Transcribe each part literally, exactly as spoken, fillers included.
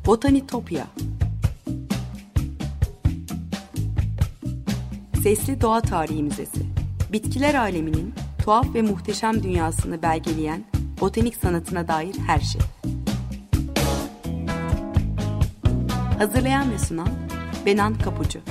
Botanitopya. Sesli Doğa Tarihi Müzesi. Bitkiler aleminin tuhaf ve muhteşem dünyasını belgeleyen botanik sanatına dair her şey. Hazırlayan ve sunan Benan Kapucu.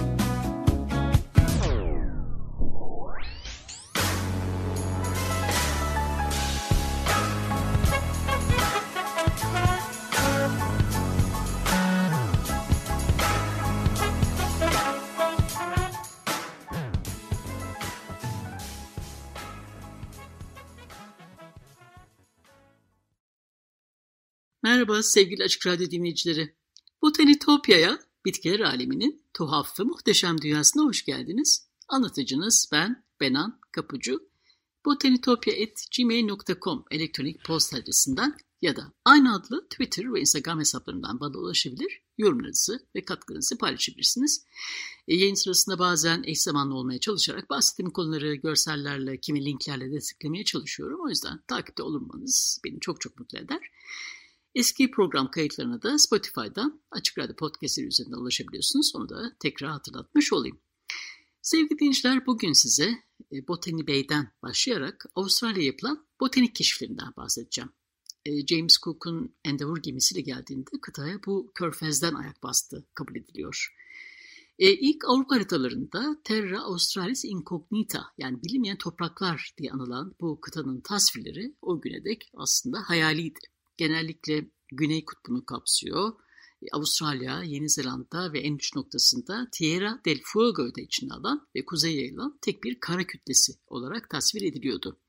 Merhaba sevgili Açık Radyo dinleyicileri. Botanitopya'ya, bitkiler aleminin tuhaf ve muhteşem dünyasına hoş geldiniz. Anlatıcınız ben Benan Kapucu. botanitopya at gmail nokta com elektronik posta adresinden ya da aynı adlı Twitter ve Instagram hesaplarından bana ulaşabilir, yorumlarınızı ve katkılarınızı paylaşabilirsiniz. E, yayın sırasında bazen eş zamanlı olmaya çalışarak bahsettiğim konuları görsellerle, kimi linklerle desteklemeye çalışıyorum. O yüzden takipte olurmanız beni çok çok mutlu eder. Eski program kayıtlarına da Spotify'dan Açık Radyo Podcast'leri üzerinden ulaşabiliyorsunuz. Onu da tekrar hatırlatmış olayım. Sevgili dinleyiciler, bugün size Botany Bay'den başlayarak Avustralya'ya yapılan botanik keşiflerinden bahsedeceğim. James Cook'un Endeavour gemisiyle geldiğinde kıtaya bu körfezden ayak bastığı kabul ediliyor. İlk Avrupa haritalarında Terra Australis Incognita, yani bilinmeyen topraklar diye anılan bu kıtanın tasvirleri o güne dek aslında hayaliydi. Genellikle Güney Kutbu'nu kapsıyor. Avustralya, Yeni Zelanda ve en uç noktasında Tierra del Fuego'yu da içine alan ve kuzeye yayılan tek bir kara kütlesi olarak tasvir ediliyordu.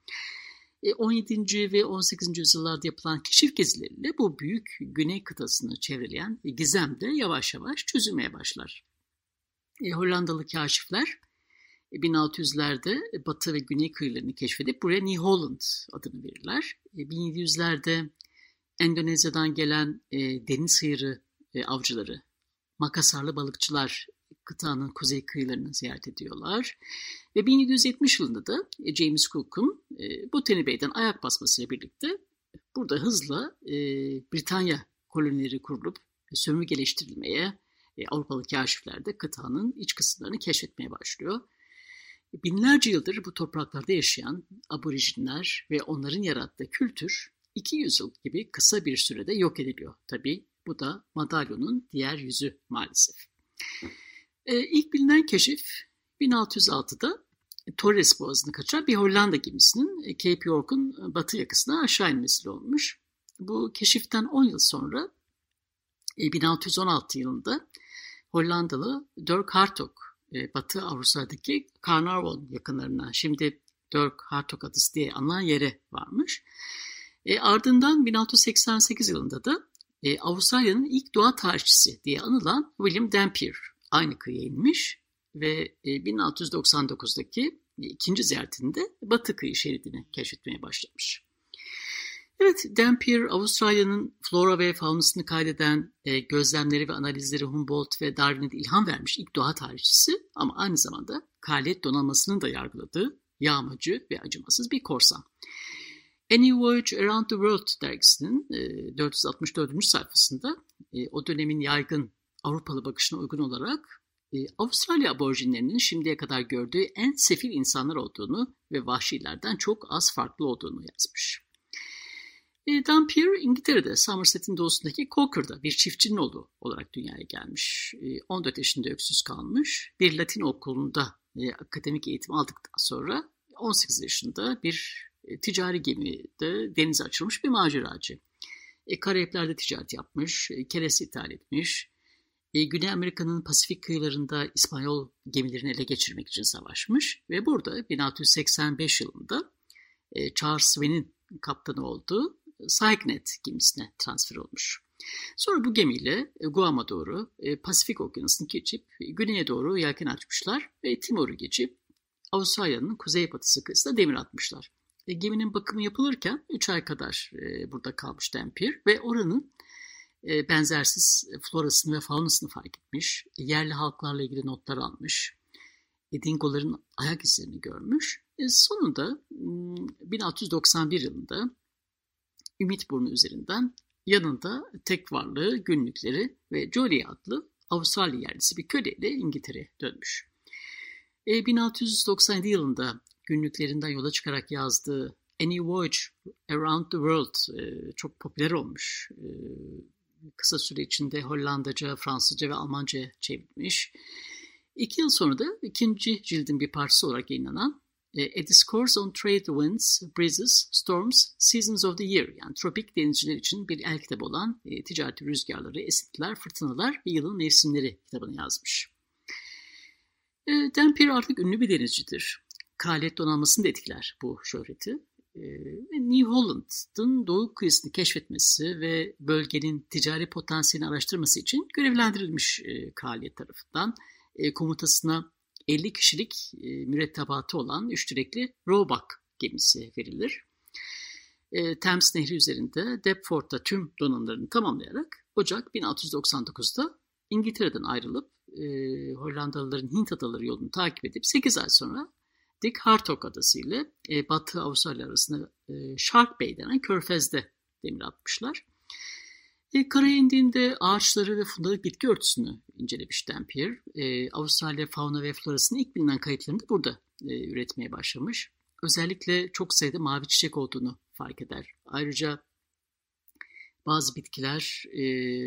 on yedinci ve on sekizinci yüzyıllarda yapılan keşif gezileriyle bu büyük Güney kıtasını çevreleyen gizem de yavaş yavaş çözülmeye başlar. Hollandalı kaşifler bin altı yüzlerde batı ve güney kıyılarını keşfedip buraya New Holland adını verirler. bin yedi yüzlerde Endonezya'dan gelen e, deniz sıyırı e, avcıları, makasarlı balıkçılar kıtanın kuzey kıyılarını ziyaret ediyorlar. Ve bin yedi yüz yetmiş yılında da e, James Cook'un e, Botany Bay'den ayak basmasıyla birlikte burada hızla e, Britanya kolonileri kurulup e, sömürgeleştirilmeye, e, Avrupalı kaşifler de kıtanın iç kısımlarını keşfetmeye başlıyor. Binlerce yıldır bu topraklarda yaşayan aborijinler ve onların yarattığı kültür iki yüz yıl gibi kısa bir sürede yok ediliyor. Tabii bu da madalyonun diğer yüzü maalesef. Ee, ilk bilinen keşif bin altı yüz altıda Torres Boğazı'nı kaçıran bir Hollanda gemisinin Cape York'un batı yakasına aşağı inmesiyle olmuş. Bu keşiften on yıl sonra bin altı yüz on altı yılında Hollandalı Dirk Hartog batı Avustralya'daki Carnarvon yakınlarına, şimdi Dirk Hartog adası diye anılan yere varmış. E, ardından bin altı yüz seksen sekiz yılında da e, Avustralya'nın ilk doğa tarihçisi diye anılan William Dampier aynı kıyıya inmiş ve e, bin altı yüz doksan dokuzdaki e, ikinci ziyaretinde batı kıyı şeridini keşfetmeye başlamış. Evet, Dampier Avustralya'nın flora ve faunasını kaydeden e, gözlemleri ve analizleri Humboldt ve Darwin'e de ilham vermiş ilk doğa tarihçisi, ama aynı zamanda kraliyet donanmasının da yargıladığı yağmacı ve acımasız bir korsan. A New Voyage Around the World dergisinin dört yüz altmış dördüncü sayfasında o dönemin yaygın Avrupalı bakışına uygun olarak Avustralya aborjinlerinin şimdiye kadar gördüğü en sefil insanlar olduğunu ve vahşilerden çok az farklı olduğunu yazmış. Dampier İngiltere'de Somerset'in doğusundaki Cocker'da bir çiftçinin oğlu olarak dünyaya gelmiş. on dört yaşında öksüz kalmış. Bir Latin okulunda akademik eğitim aldıktan sonra on sekiz yaşında bir ticari gemide denize açılmış bir maceracı. E, Karayipler'de ticaret yapmış, e, kereste ithal etmiş. E, Güney Amerika'nın Pasifik kıyılarında İspanyol gemilerini ele geçirmek için savaşmış. Ve burada bin altı yüz seksen beş yılında e, Charles Swain'in kaptanı olduğu Cygnet gemisine transfer olmuş. Sonra bu gemiyle e, Guam'a doğru e, Pasifik Okyanusu'nu geçip e, güneye doğru yelken açmışlar ve Timor'u geçip Avustralya'nın kuzeybatısı kıyısına demir atmışlar. E, geminin bakımı yapılırken üç ay kadar e, burada kalmış Dampier ve oranın e, benzersiz florasını ve faunasını fark etmiş. E, yerli halklarla ilgili notlar almış. E, dingoların ayak izlerini görmüş. E, sonunda bin altı yüz doksan bir yılında Ümitburnu üzerinden Yanında tek varlığı, günlükleri ve Jolly adlı Avustralya yerlisi bir köleyle İngiltere'ye dönmüş. E, bin altı yüz doksan yedi yılında günlüklerinden yola çıkarak yazdığı Any Voyage Around the World e, çok popüler olmuş. E, kısa süre içinde Hollandaca, Fransızca ve Almanca çevrilmiş. İki yıl sonra da ikinci cildin bir parçası olarak yayınlanan A Discourse on Trade Winds, Breezes, Storms, Seasons of the Year, yani tropik denizciler için bir el kitabı olan e, ticareti rüzgarları, esintiler, fırtınalar ve yılın mevsimleri kitabını yazmış. E, Dampier artık ünlü bir denizcidir. Kraliyet donanmasını da etkiler bu şöhreti. E, New Holland'ın doğu kıyısını keşfetmesi ve bölgenin ticari potansiyelini araştırması için görevlendirilmiş e, kraliyet tarafından. E, komutasına elli kişilik e, mürettebatı olan üç direkli Roebuck gemisi verilir. E, Thames Nehri üzerinde Deptford'da tüm donanımlarını tamamlayarak Ocak bin altı yüz doksan dokuzda İngiltere'den ayrılıp e, Hollandalıların Hint adaları yolunu takip edip sekiz ay sonra Dick Hartog adası ile e, Batı Avustralya arasında e, Shark Bay denen körfezde demir atmışlar. E, karaya indiğinde ağaçları ve fundalık bitki örtüsünü incelemiş Dampier. E, Avustralya fauna ve florasının ilk bilinen kayıtlarını da burada e, üretmeye başlamış. Özellikle çok sayıda mavi çiçek olduğunu fark eder. Ayrıca bazı bitkiler, e,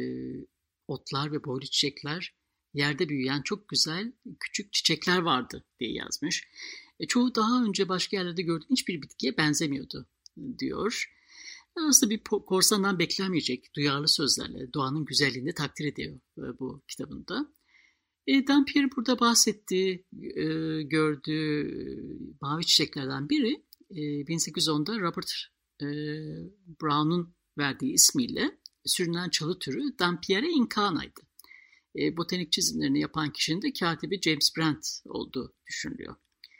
otlar ve boylu çiçekler, yerde büyüyen çok güzel küçük çiçekler vardı diye yazmış. E, çoğu daha önce başka yerlerde gördüğüm hiçbir bitkiye benzemiyordu diyor. Aslında bir korsandan beklenmeyecek duyarlı sözlerle doğanın güzelliğini takdir ediyor bu kitabında. E, Dampier burada bahsettiği, e, gördüğü mavi çiçeklerden biri e, bin sekiz yüz onda Robert e, Brown'un verdiği ismiyle sürünen çalı türü Dampierre incana'ydı. E, botanik çizimlerini yapan kişinin de katibi James Brand olduğu düşünülüyor.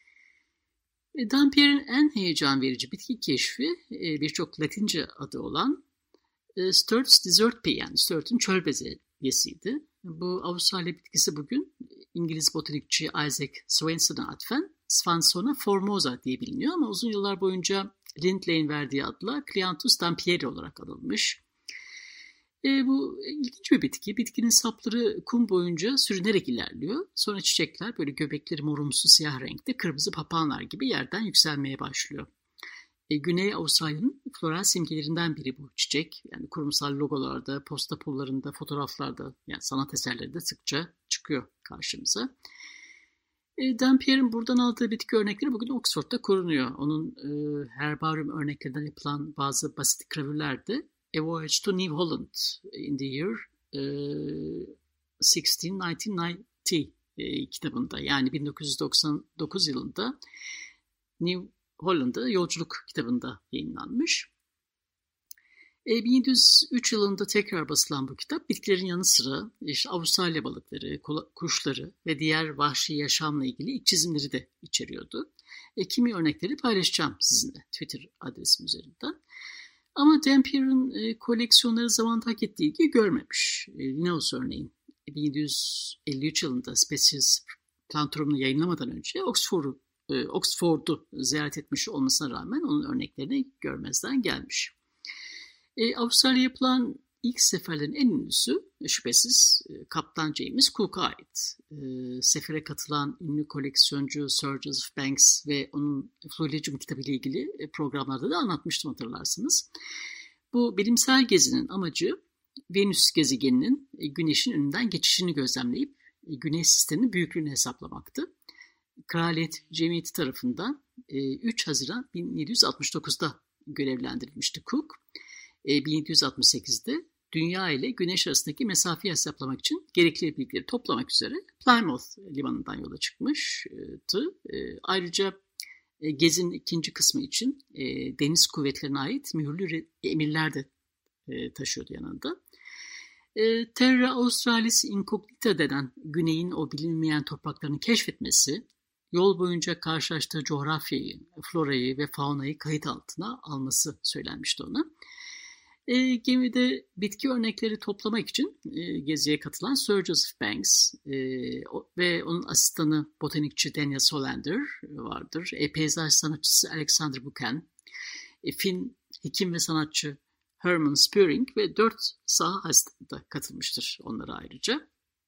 Dampier'in en heyecan verici bitki keşfi birçok Latince adı olan Sturt's Desert Pea, yani Sturt'un çöl bezelyesiydi. Bu Avustralya bitkisi bugün İngiliz botanikçi Isaac Swainson'a atfen Swansona formosa diye biliniyor ama uzun yıllar boyunca Lindley'in verdiği adla Cleanthus dampieri olarak anılmış. E, bu ilginç bir bitki. Bitkinin sapları kum boyunca sürünerek ilerliyor. Sonra çiçekler böyle göbekleri morumsu siyah renkte kırmızı papağanlar gibi yerden yükselmeye başlıyor. E, Güney Avustralya'nın floral simgelerinden biri bu çiçek. Yani kurumsal logolarda, posta pullarında, fotoğraflarda, yani sanat eserlerinde sıkça çıkıyor karşımıza. E, Dampier'in buradan aldığı bitki örnekleri bugün Oxford'da korunuyor. Onun e, herbaryum örneklerinden yapılan bazı basit gravürler de A Voyage to New Holland in the Year uh, bin dokuz yüz doksan e, kitabında, yani bin dokuz yüz doksan dokuz yılında New Holland'a yolculuk kitabında yayınlanmış. E, bin yedi yüz üç yılında tekrar basılan bu kitap bitkilerin yanı sıra işte Avustralya balıkları, kuşları ve diğer vahşi yaşamla ilgili ilk çizimleri de içeriyordu. E, kimi örnekleri paylaşacağım sizinle Twitter adresim üzerinden. Ama Dampier'in e, koleksiyonları zamanında hak ettiği ilgi görmemiş. E, Linnaeus örneğin bin yedi yüz elli üç yılında Species Plantrum'unu yayınlamadan önce Oxford'u, e, Oxford'u ziyaret etmiş olmasına rağmen onun örneklerini görmezden gelmiş. E, Avustralya yapılan ilk seferlerin en ünlüsü şüphesiz e, Kaptan James Cook'a ait. E, sefere katılan ünlü koleksiyoncu Sir Joseph Banks ve onun Florilegium kitabı ile ilgili e, programlarda da anlatmıştım, hatırlarsınız. Bu bilimsel gezinin amacı Venüs gezegeninin e, Güneş'in önünden geçişini gözlemleyip e, Güneş sisteminin büyüklüğünü hesaplamaktı. Kraliyet Cemiyeti tarafından e, üç Haziran bin yedi yüz altmış dokuzda görevlendirilmişti Cook. E, bin yedi yüz altmış sekizde Dünya ile Güneş arasındaki mesafeyi hesaplamak için gerekli bilgileri toplamak üzere Plymouth limanından yola çıkmıştı. E, ayrıca e, gezinin ikinci kısmı için e, deniz kuvvetlerine ait mühürlü emirler de e, taşıyordu yanında. E, Terra Australis Incognita denen Güney'in o bilinmeyen topraklarını keşfetmesi, yol boyunca karşılaştığı coğrafyayı, florayı ve faunayı kayıt altına alması söylenmişti ona. E, gemide bitki örnekleri toplamak için e, geziye katılan Sir Joseph Banks e, o, ve onun asistanı botanikçi Daniel Solander vardır. E, peyzaj sanatçısı Alexander Buchan, e, film, hekim ve sanatçı Herman Spearing ve dört saha hastası da katılmıştır onlara ayrıca.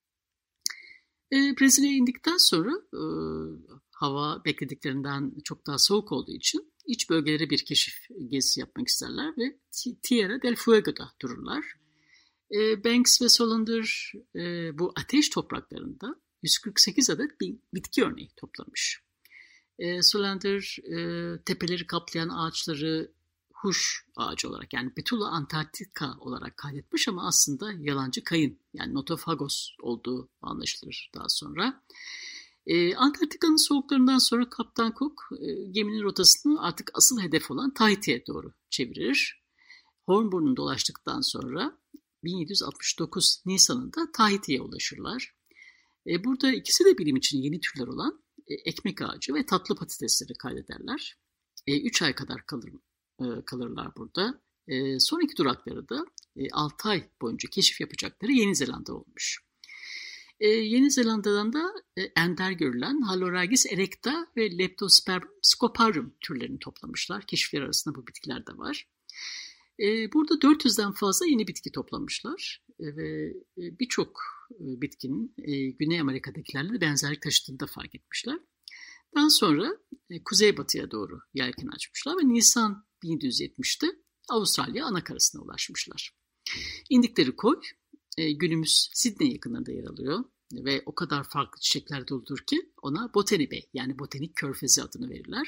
E, Brezilya'ya indikten sonra e, hava beklediklerinden çok daha soğuk olduğu için iç bölgelere bir keşif gezisi yapmak isterler ve Tierra del Fuego'da dururlar. E, Banks ve Solander e, bu ateş topraklarında yüz kırk sekiz adet bir bitki örneği toplamış. E, Solander e, tepeleri kaplayan ağaçları huş ağacı olarak yani Betula antarctica olarak kaydetmiş ama aslında yalancı kayın yani Nothofagus olduğu anlaşılır daha sonra. Ee, Antarktika'nın soğuklarından sonra Kaptan Cook e, geminin rotasını artık asıl hedef olan Tahiti'ye doğru çevirir. Hornburnu'nu dolaştıktan sonra bin yedi yüz altmış dokuz Nisan'ında Tahiti'ye ulaşırlar. E, burada ikisi de bilim için yeni türler olan e, ekmek ağacı ve tatlı patatesleri kaydederler. E, üç ay kadar kalır, e, kalırlar burada. E, sonraki durakları da e, altı ay boyunca keşif yapacakları Yeni Zelanda olmuş. Ee, Yeni Zelanda'dan da e, ender görülen Haloragis erecta ve Leptospermum scoparum türlerini toplamışlar. Keşifler arasında bu bitkiler de var. Ee, burada dört yüzden fazla yeni bitki toplamışlar. Ee, ve e, birçok e, bitkinin e, Güney Amerika'dakilerle benzerlik taşıdığını da fark etmişler. Daha sonra e, kuzeybatıya doğru yelken açmışlar ve Nisan bin yedi yüz yetmişte Avustralya anakarasına ulaşmışlar. İndikleri koy e, günümüz Sydney yakınlarında yer alıyor ve o kadar farklı çiçekler doludur ki ona Botany Bay yani Botanik Körfezi adını verirler.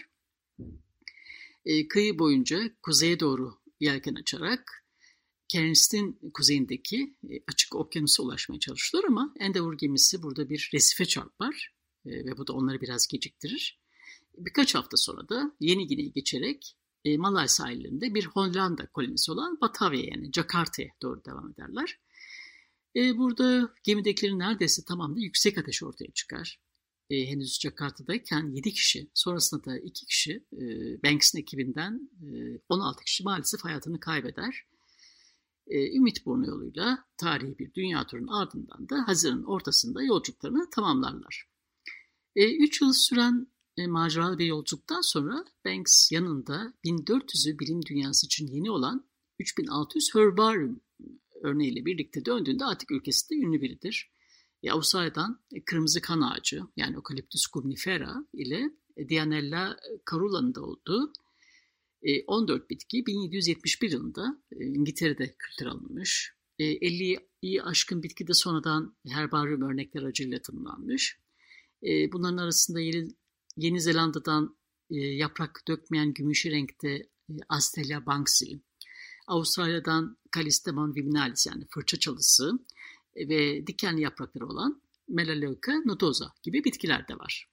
E, kıyı boyunca kuzeye doğru yelken açarak Cairns'in kuzeyindeki e, açık okyanusa ulaşmaya çalıştılar ama Endeavour gemisi burada bir resife çarpar e, ve bu da onları biraz geciktirir. Birkaç hafta sonra da Yeni Gine'yi geçerek e, Malay sahillerinde bir Hollanda kolonisi olan Batavia yani Jakarta'ya doğru devam ederler. E, burada gemidekilerin neredeyse tamamı yüksek ateş ortaya çıkar. E, henüz Jakarta'dayken yedi kişi, sonrasında da iki kişi e, Banks'in ekibinden e, on altı kişi maalesef hayatını kaybeder. E, Ümitburnu yoluyla tarihi bir dünya turunun ardından da Haziran'ın ortasında yolculuklarını tamamlarlar. E, üç yıl süren e, maceralı bir yolculuktan sonra Banks yanında bin dört yüzü bilim dünyası için yeni olan üç bin altı yüz herbarium örneğiyle birlikte döndüğünde artık ülkesinde ünlü biridir. E, Avustralya'dan e, kırmızı kan ağacı yani Eucalyptus cugnifera ile e, Dianella carula'nın da olduğu e, on dört bitki bin yedi yüz yetmiş bir yılında e, İngiltere'de kültüre alınmış. E, elliyi aşkın bitki de sonradan herbarium örnekler aracılığıyla tanımlanmış. E, bunların arasında Yeni, Yeni Zelanda'dan e, yaprak dökmeyen gümüşü renkte e, Astelia banksii, Avustralya'dan Callistemon viminalis yani fırça çalısı ve dikenli yaprakları olan Melaleuca nodosa gibi bitkiler de var.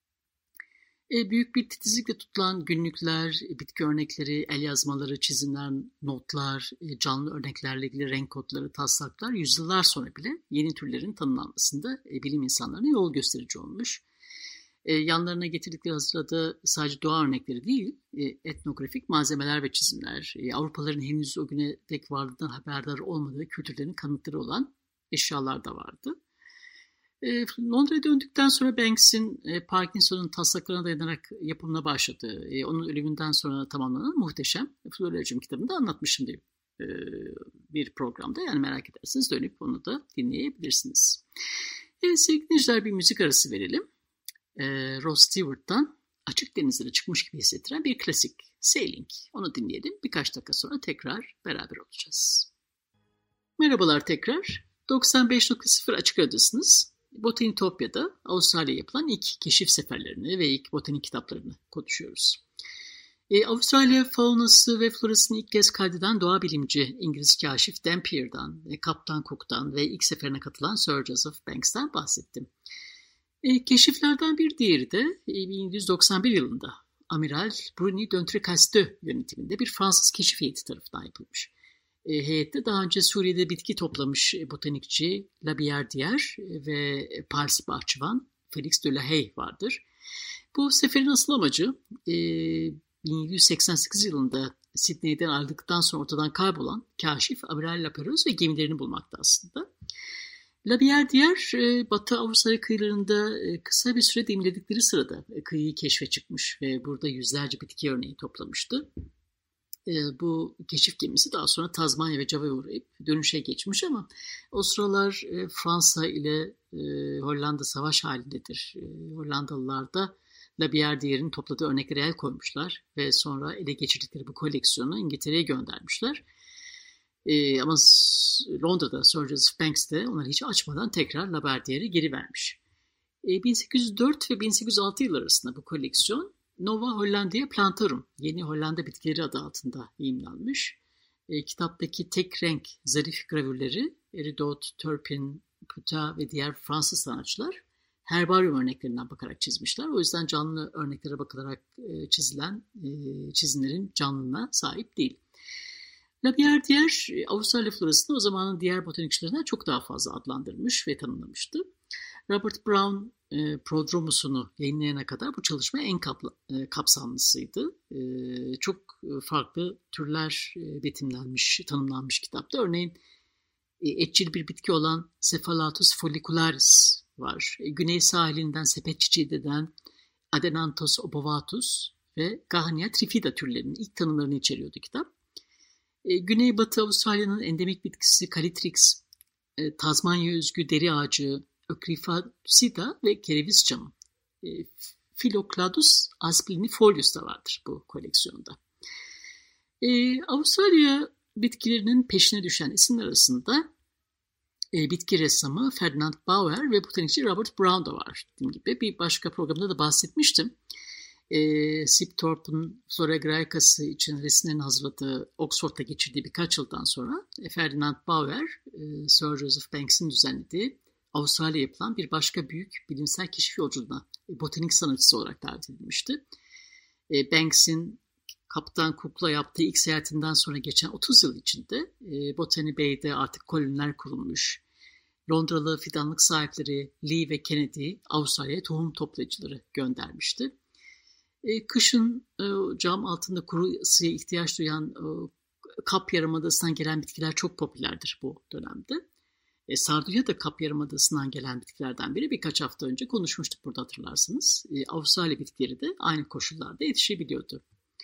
E, büyük bir titizlikle tutulan günlükler, bitki örnekleri, el yazmaları, çizimler, notlar, e, canlı örneklerle ilgili renk kodları, taslaklar yüzyıllar sonra bile yeni türlerin tanımlanmasında e, bilim insanlarına yol gösterici olmuş. E, yanlarına getirdikleri hazırladığı sadece doğa örnekleri değil, e, etnografik malzemeler ve çizimler, e, Avrupalıların henüz o güne dek varlığından haberdar olmadığı kültürlerin kanıtları olan eşyalar da vardı. E, Londra'ya döndükten sonra Banks'in e, Parkinson'un taslaklarına dayanarak yapımına başladığı, e, onun ölümünden sonra tamamlanan muhteşem Florarium kitabını da anlatmışım diye e, bir programda. Yani merak ederseniz dönüp onu da dinleyebilirsiniz. Evet sevgili dinleyiciler bir müzik arası verelim. E, Rod Stewart'tan açık denizlere çıkmış gibi hissettiren bir klasik Sailing. Onu dinleyelim. Birkaç dakika sonra tekrar beraber olacağız. Merhabalar tekrar. doksan beş nokta sıfır Açık Radyo'dasınız. Botanitopya'da Avustralya'ya yapılan ilk keşif seferlerini ve ilk botanik kitaplarını konuşuyoruz. E, Avustralya faunası ve florasını ilk kez kaydeden doğa bilimci İngiliz kaşif Dampier'dan, e, Kaptan Cook'tan ve ilk seferine katılan Sir Joseph Banks'ten bahsettim. E, keşiflerden bir diğeri de e, bin yedi yüz doksan bir yılında Amiral Bruni d'Entrecasteaux yönetiminde bir Fransız keşif heyeti tarafından yapılmış. E, heyette daha önce Suriye'de bitki toplamış e, botanikçi Labillard ve Paris bahçıvan Félix de la Haye vardır. Bu seferin asıl amacı e, bin yedi yüz seksen sekiz yılında Sydney'den ayrıldıktan sonra ortadan kaybolan kaşif Amiral Lapérouse ve gemilerini bulmakta aslında. Labillard e, Batı Avustralya kıyılarında e, kısa bir süre demledikleri sırada e, kıyıyı keşfe çıkmış ve burada yüzlerce bitki örneği toplamıştı. E, bu keşif gemisi daha sonra Tazmanya ve Java'ya uğrayıp dönüşe geçmiş ama o sıralar e, Fransa ile e, Hollanda savaş halindedir. E, Hollandalılar da Labillardière'in topladığı örneklere el koymuşlar ve sonra ele geçirdikleri bu koleksiyonu İngiltere'ye göndermişler. E, ama Londra'da Sir Joseph Banks de onları hiç açmadan tekrar Labillardière'e geri vermiş. E, bin sekiz yüz dört ve bin sekiz yüz altı yılları arasında bu koleksiyon Nova Hollandia Plantarum, Yeni Hollanda Bitkileri adı altında yayımlanmış. E, kitaptaki tek renk zarif gravürleri Eridot, Turpin, Puta ve diğer Fransız sanatçılar herbaryum örneklerinden bakarak çizmişler. O yüzden canlı örneklere bakılarak e, çizilen e, çizimlerin canlılığına sahip değil. Labillardière, Avustralya florasını o zamanın diğer botanikçilerinden çok daha fazla adlandırmış ve tanımlamıştı. Robert Brown e, Prodromus'unu yayınlayana kadar bu çalışma en kapla, e, kapsamlısıydı. E, çok farklı türler e, betimlenmiş, tanımlanmış kitapta. Örneğin e, etçil bir bitki olan Cephalatus follicularis var. E, güney sahilinden sepet çiçeği deden Adenanthus obovatus ve Gahania trifida türlerinin ilk tanımlarını içeriyordu kitap. E, Güneybatı Avustralya'nın endemik bitkisi Calitrix, e, Tazmanya özgü deri ağacı Öcrifacida ve kereviz çamı. E, Philocladus asplinifolius da vardır bu koleksiyonda. E, Avustralya bitkilerinin peşine düşen isimler arasında e, bitki ressamı Ferdinand Bauer ve botanikçi Robert Brown da var. Dediğim gibi bir başka programda da bahsetmiştim. E, Sibthorpe'un Flora Graecası için resimlerini hazırladığı Oxford'da geçirdiği birkaç yıldan sonra e, Ferdinand Bauer, e, Sir Joseph Banks'in düzenlediği Avustralya yapılan bir başka büyük bilimsel keşif yolculuğuna e, botanik sanatçısı olarak davet edilmişti. E, Banks'in Kaptan Cook'la yaptığı ilk seyahatinden sonra geçen otuz yıl içinde e, Botany Bay'de artık koloniler kurulmuş. Londralı fidanlık sahipleri Lee ve Kennedy Avustralya'ya tohum toplayıcıları göndermişti. E, kışın e, cam altında kuru ısıya ihtiyaç duyan e, Kap Yarımadası'ndan gelen bitkiler çok popülerdir bu dönemde. E, Sardunya da Kap Yarımadası'ndan gelen bitkilerden biri. Birkaç hafta önce konuşmuştuk burada hatırlarsanız. E, Avustralya bitkileri de aynı koşullarda yetişebiliyordu.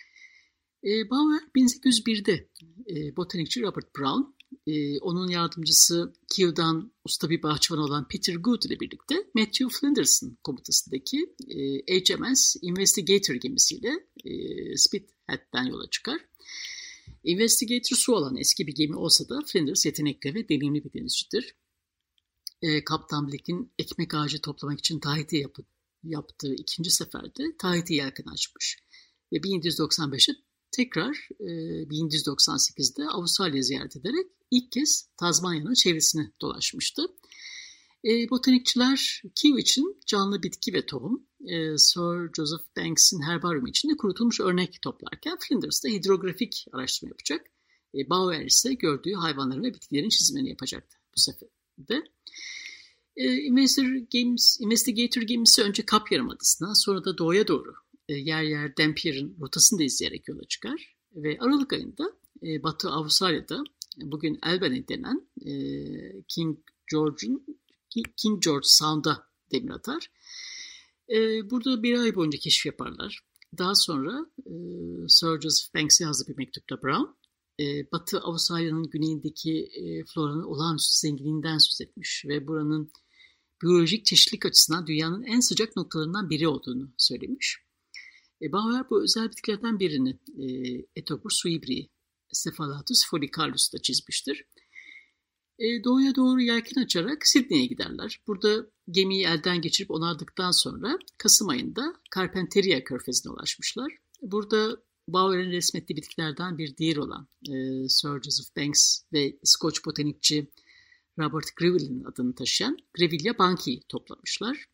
E, Bauer bin sekiz yüz birde e, botanikçi Robert Brown, e, onun yardımcısı Keow'dan usta bir bahçıvan olan Peter Good ile birlikte Matthew Flinders'ın komutasındaki e, H M S Investigator gemisiyle e, Spithead'den yola çıkar. Investigator su olan eski bir gemi olsa da Flinders yetenekli ve deneyimli bir denizcidir. E, Kaptan Blake'in ekmek ağacı toplamak için Tahiti yapı, yaptığı ikinci seferde Tahiti yelken açmış. Ve bin yedi yüz doksan beşte tekrar e, bin yedi yüz doksan sekizde Avustralya ziyaret ederek ilk kez Tazmanya'nın çevresini dolaşmıştı. E, botanikçiler Kew için canlı bitki ve tohum, e, Sir Joseph Banks'in herbaryumu için de kurutulmuş örnek toplarken Flinders de hidrografik araştırma yapacak. E, Bauer ise gördüğü hayvanların ve bitkilerin çizimlerini yapacaktı bu sefer de. E, Investigator gemisi önce Kap Yarımadası'na, sonra da doğuya doğru e, yer yer Dampier'in rotasını da izleyerek yola çıkar. Ve Aralık ayında e, Batı Avustralya'da bugün Albany denen e, King George'un King George Sound'a demir atar. Ee, burada bir ay boyunca keşif yaparlar. Daha sonra e, Sir Joseph Banks'e yazdığı bir mektupta Brown, e, Batı Avustralya'nın güneyindeki e, floranın olağanüstü zenginliğinden söz etmiş ve buranın biyolojik çeşitlilik açısından dünyanın en sıcak noktalarından biri olduğunu söylemiş. E, Bauer bu özel bitkilerden birini, e, Etophorus suibri, Cephalatus folliculus da çizmiştir. E, doğuya doğru yelken açarak Sydney'e giderler. Burada gemiyi elden geçirip onardıktan sonra Kasım ayında Carpentaria Körfezi'ne ulaşmışlar. Burada Bauer'in resmettiği bitkilerden bir diğeri olan e, Sir Joseph Banks ve İskoç botanikçi Robert Greville'in adını taşıyan Grevillea banki toplamışlar.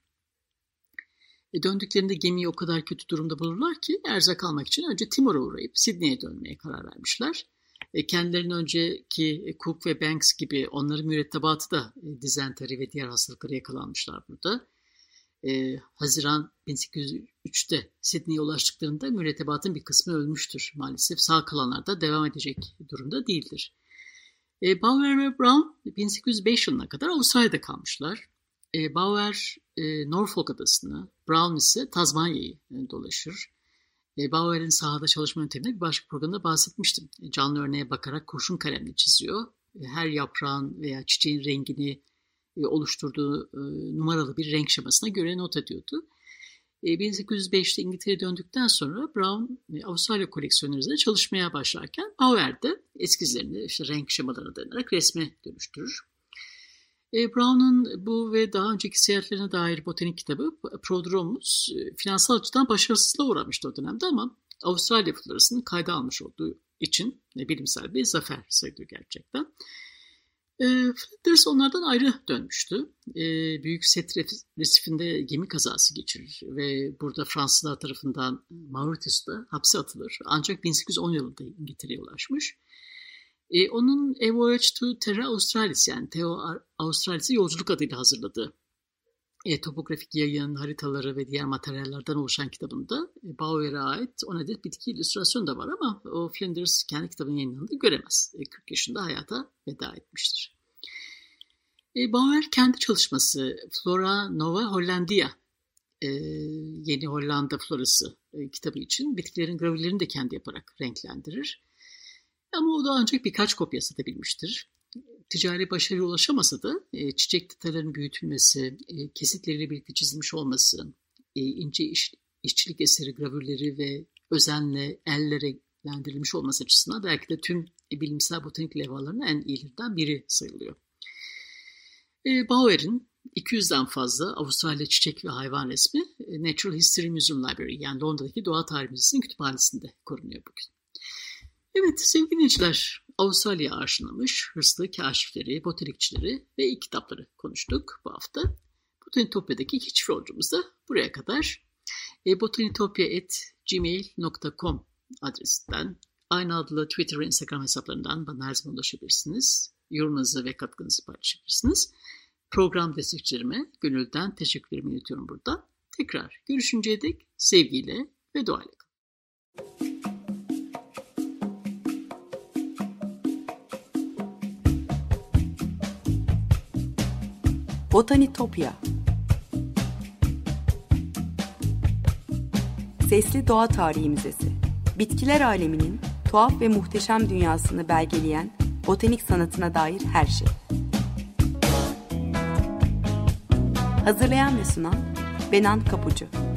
E, döndüklerinde gemiyi o kadar kötü durumda bulurlar ki erzak almak için önce Timor'a uğrayıp Sydney'e dönmeye karar vermişler. E, kendilerinin önceki Cook ve Banks gibi onların mürettebatı da e, dizenteri ve diğer hastalıklara yakalanmışlar burada. E, Haziran bin sekiz yüz üçte Sydney'e ulaştıklarında mürettebatın bir kısmı ölmüştür maalesef. Sağ kalanlar da devam edecek durumda değildir. E, Bauer ve Brown bin sekiz yüz beş yılına kadar Avustralya'da kalmışlar. E, Bauer e, Norfolk adasını, Brown ise Tazmanya'yı e, dolaşır. E, Bauer'in sahada çalışma yönteminde bir başka programda bahsetmiştim. E, canlı örneğe bakarak kurşun kalemle çiziyor. E, her yaprağın veya çiçeğin rengini e, oluşturduğu e, numaralı bir renk şemasına göre not ediyordu. E, bin sekiz yüz beşte İngiltere'ye döndükten sonra Brown e, Avustralya koleksiyonları üzerinde çalışmaya başlarken Bauer de eskizlerini işte renk şemalarına dayanarak resme dönüştürür. E, Brown'un bu ve daha önceki seyahatlerine dair botanik kitabı Prodromus e, finansal açıdan başarısızlığa uğramıştı o dönemde ama Avustralya florasını kayda almış olduğu için e, bilimsel bir zafer sayılıyor gerçekten. E, Flinders onlardan ayrı dönmüştü. E, Büyük Set Resifinde gemi kazası geçirir ve burada Fransızlar tarafından Mauritius'ta hapse atılır. Ancak bin sekiz yüz on yılında İngiltere'ye ulaşmış. E, onun A Voyage to Terra Australis yani Theo Australis'e yolculuk adıyla hazırladığı e, topografik yayın, haritaları ve diğer materyallerden oluşan kitabında e, Bauer'e ait on adet bitki illüstrasyonu da var ama o Flinders kendi kitabının yayınlandığını göremez. E, kırk yaşında hayata veda etmiştir. E, Bauer kendi çalışması Flora Nova Hollandia e, Yeni Hollanda Florası e, kitabı için bitkilerin gravürlerini de kendi yaparak renklendirir. Ama o da ancak birkaç kopya satabilmiştir. Ticari başarıya ulaşamasa da e, çiçek detaylarının büyütülmesi, e, kesitleriyle birlikte çizilmiş olması, e, ince iş, işçilik eseri gravürleri ve özenle elle renklendirilmiş olması açısından belki de tüm e, bilimsel botanik levhalarının en iyilerinden biri sayılıyor. E, Bauer'in iki yüzden fazla Avustralya çiçek ve hayvan resmi e, Natural History Museum Library yani Londra'daki Doğa Tarihi Müzesi'nin kütüphanesinde korunuyor bugün. Evet sevgili dinleyiciler, Avustralya'ya aşılamış hırslı kaşifleri, botanikçileri ve ilk kitapları konuştuk bu hafta. Botanitopya'daki keşif yolculuğumuz da buraya kadar. E, botanitopya at gmail nokta com adresinden, aynı adlı Twitter ve Instagram hesaplarından bana her zaman ulaşabilirsiniz. Yorumunuzu ve katkınızı paylaşabilirsiniz. Program destekçilerime gönülden teşekkürlerimi iletiyorum burada. Tekrar görüşünceye dek sevgiyle ve duayla kalın. Botanitopya. Sesli Doğa Tarihi Müzesi. Bitkiler aleminin tuhaf ve muhteşem dünyasını belgeleyen botanik sanatına dair her şey. Hazırlayan ve sunan Benan Kapucu.